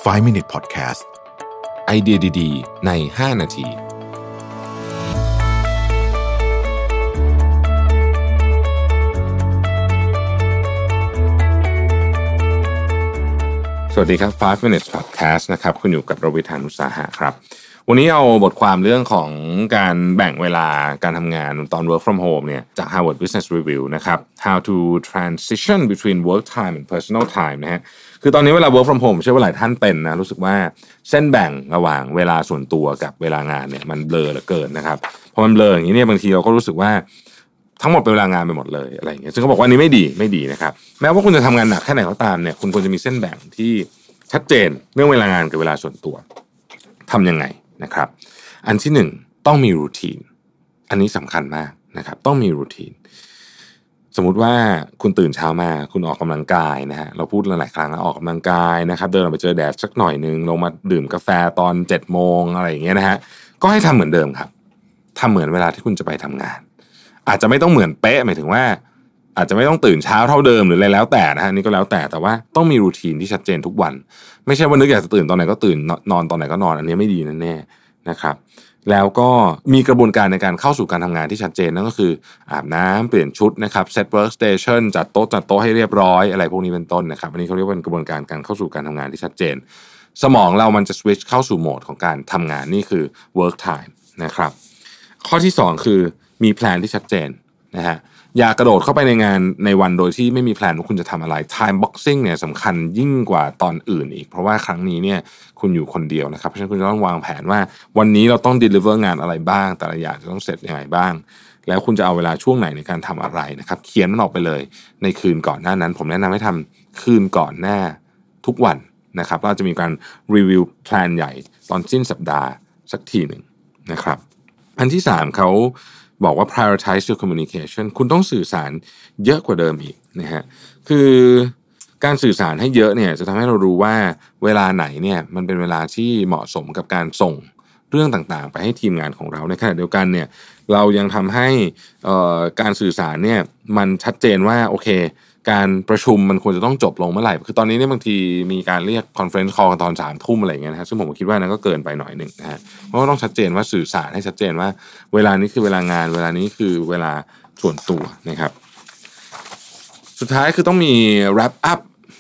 5 Minute Podcast ไอเดียดีๆใน5นาทีสวัสดีครับ5 Minutes Podcast นะครับคุณอยู่กับรวิธานุสาหะครับวันนี้เอาบทความเรื่องของการแบ่งเวลาการทำงานตอน work from home เนี่ยจาก Harvard Business Review นะครับ How to transition between work time and personal time นะฮะคือตอนนี้เวลา work from home เชื่อว่าหลายท่านเป็นนะรู้สึกว่าเส้นแบ่งระหว่างเวลาส่วนตัวกับเวลางานเนี่ยมันเบลอเหลือเกินนะครับพอมันเบลออย่างนี้เนี่ยบางทีเราก็รู้สึกว่าทั้งหมดเป็นเวลางานไปหมดเลยอะไรอย่างเงี้ยซึ่งเขาบอกว่านี้ไม่ดีนะครับแม้ว่าคุณจะทำงานหนักแค่ไหนก็ตามเนี่ยคุณควรจะมีเส้นแบ่งที่ชัดเจนเรื่องเวลางานกับเวลาส่วนตัวทำยังไงนะครับอันที่หนึ่งต้องมีรูทีนอันนี้สำคัญมากนะครับต้องมีรูทีนสมมุติว่าคุณตื่นเช้ามาคุณออกกำลังกายนะฮะเราพูดหลายครั้งแล้วออกกำลังกายนะครับเดินออกไปเจอแดดสักหน่อยนึงลงมาดื่มกาแฟตอน7 โมงอะไรอย่างเงี้ยนะฮะก็ให้ทำเหมือนเดิมครับทำเหมือนเวลาที่คุณจะไปทำงานอาจจะไม่ต้องเหมือนเป๊ะหมายถึงว่าอาจจะไม่ต้องตื่นเช้าเท่าเดิมหรืออะไรแล้วแต่นะฮะนี่ก็แล้วแต่ว่าต้องมีรูทีนที่ชัดเจนทุกวันไม่ใช่ว่านึกอยากจะตื่นตอนไหนก็ตื่นนอนตอนไหนก็นอนอันนี้ไม่ดีแน่ๆนะครับแล้วก็มีกระบวนการในการเข้าสู่การทำงานที่ชัดเจนนั่นก็คืออาบน้ำเปลี่ยนชุดนะครับเซตเวิร์กสเตชันจัดโต๊ะให้เรียบร้อยอะไรพวกนี้เป็นต้นนะครับอันนี้เขาเรียกว่าเป็นกระบวนการการเข้าสู่การทำงานที่ชัดเจนสมองเรามันจะสวิตช์เข้าสู่โหมดของการทำงานนี่คือ work time นะครับข้อที่2คือมีแพลนที่ชัดเจนนะฮะอย่ากระโดดเข้าไปในงานในวันโดยที่ไม่มีแพลนว่าคุณจะทำอะไร time boxing เนี่ยสำคัญยิ่งกว่าตอนอื่นอีกเพราะว่าครั้งนี้เนี่ยคุณอยู่คนเดียวนะครับเพราะฉะนั้นคุณจะต้องวางแผนว่าวันนี้เราต้อง deliver งานอะไรบ้างแต่ละอย่างจะต้องเสร็จยังไงบ้างแล้วคุณจะเอาเวลาช่วงไหนในการทำอะไรนะครับเขียนมันออกไปเลยในคืนก่อนหน้านั้นผมแนะนำให้ทำคืนก่อนหน้าทุกวันนะครับเราจะมีการรีวิวแพลนใหญ่ตอนสิ้นสัปดาห์สักทีหนึ่งนะครับอันที่3เขาบอกว่า prioritize your communication คุณต้องสื่อสารเยอะกว่าเดิมอีกนะฮะคือการสื่อสารให้เยอะเนี่ยจะทำให้เรารู้ว่าเวลาไหนเนี่ยมันเป็นเวลาที่เหมาะสมกับการส่งเรื่องต่างๆไปให้ทีมงานของเราในขณะเดียวกันเนี่ยเรายังทำให้การสื่อสารเนี่ยมันชัดเจนว่าโอเคการประชุมมันควรจะต้องจบลงเมื่อไหร่คือตอนนี้เนี่ยบางทีมีการเรียก conference call กันตอน 3 ทุ่มอะไรอย่างเงี้ยนะฮะซึ่งผมคิดว่านั้นก็เกินไปหน่อยนึงนะฮะเพราะว่าต้องชัดเจนว่าสื่อสารให้ชัดเจนว่าเวลานี้คือเวลางานเวลานี้คือเวลาส่วนตัวนะครับสุดท้ายคือต้องมี wrap up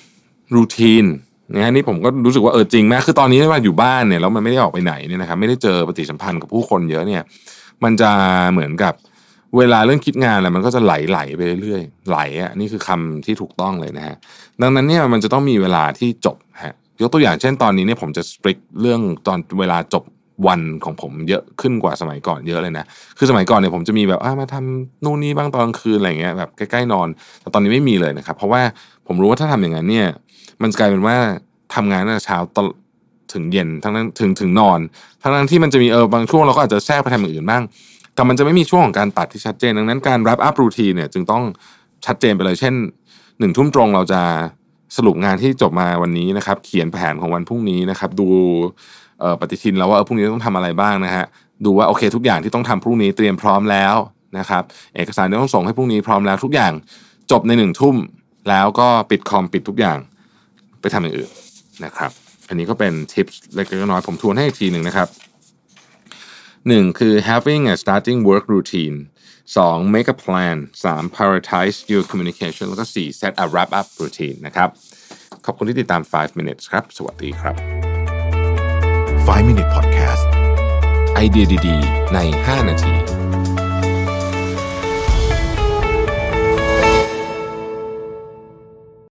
routine นะฮะนี่ผมก็รู้สึกว่าจริงมากคือตอนนี้ว่าอยู่บ้านเนี่ยแล้วมันไม่ได้ออกไปไหนเนี่ยนะครับไม่ได้เจอปฏิสัมพันธ์กับผู้คนเยอะเนี่ยมันจะเหมือนกับเวลาเรื่องคิดงานมันก็จะไหลไปเรื่อยๆไหลอ่ะนี่คือคำที่ถูกต้องเลยนะฮะดังนั้นเนี่ยมันจะต้องมีเวลาที่จบฮะยกตัวอย่างเช่นตอนนี้เนี่ยผมจะ strict เรื่องตอนเวลาจบวันของผมเยอะขึ้นกว่าสมัยก่อนเยอะเลยนะคือสมัยก่อนเนี่ยผมจะมีแบบมาทำนู่นนี่บ้างตอนกลางคืนอะไรเงี้ยแบบใกล้ๆนอนแต่ตอนนี้ไม่มีเลยนะครับเพราะว่าผมรู้ว่าถ้าทำอย่างนั้นเนี่ยมันจะกลายเป็นว่าทำงานตั้งแต่เช้าถึงเย็นทั้งนั้นถึงนอนทั้งที่มันจะมีบางช่วงเราก็อาจจะแทรกไปทำอย่างอื่นบ้างแต่มันจะไม่มีช่วงของการตัดที่ชัดเจนดังนั้นการ wrap up routine เนี่ยจึงต้องชัดเจนไปเลยเช่น 1 ทุ่มตรงเราจะสรุปงานที่จบมาวันนี้นะครับเขียนแผนของวันพรุ่งนี้นะครับดูปฏิทินแล้วว่าพรุ่งนี้ต้องทำอะไรบ้างนะฮะดูว่าโอเคทุกอย่างที่ต้องทำพรุ่งนี้เตรียมพร้อมแล้วนะครับเอกสารที่ต้องส่งให้พรุ่งนี้พร้อมแล้วทุกอย่างจบใน1 ทุ่มแล้วก็ปิดคอมปิดทุกอย่างไปทำอย่างอื่นนะครับอันนี้ก็เป็นทิปเล็กๆน้อยๆผมทวนให้อีกทีนึงนะครับ1คือ having a starting work routine 2 make a plan 3 prioritize your communication แล้วก็4 set a wrap up routine นะครับขอบคุณที่ติดตาม5 minutes ครับสวัสดีครับ 5 Minute Podcast ไอเดียดีๆใน5นาที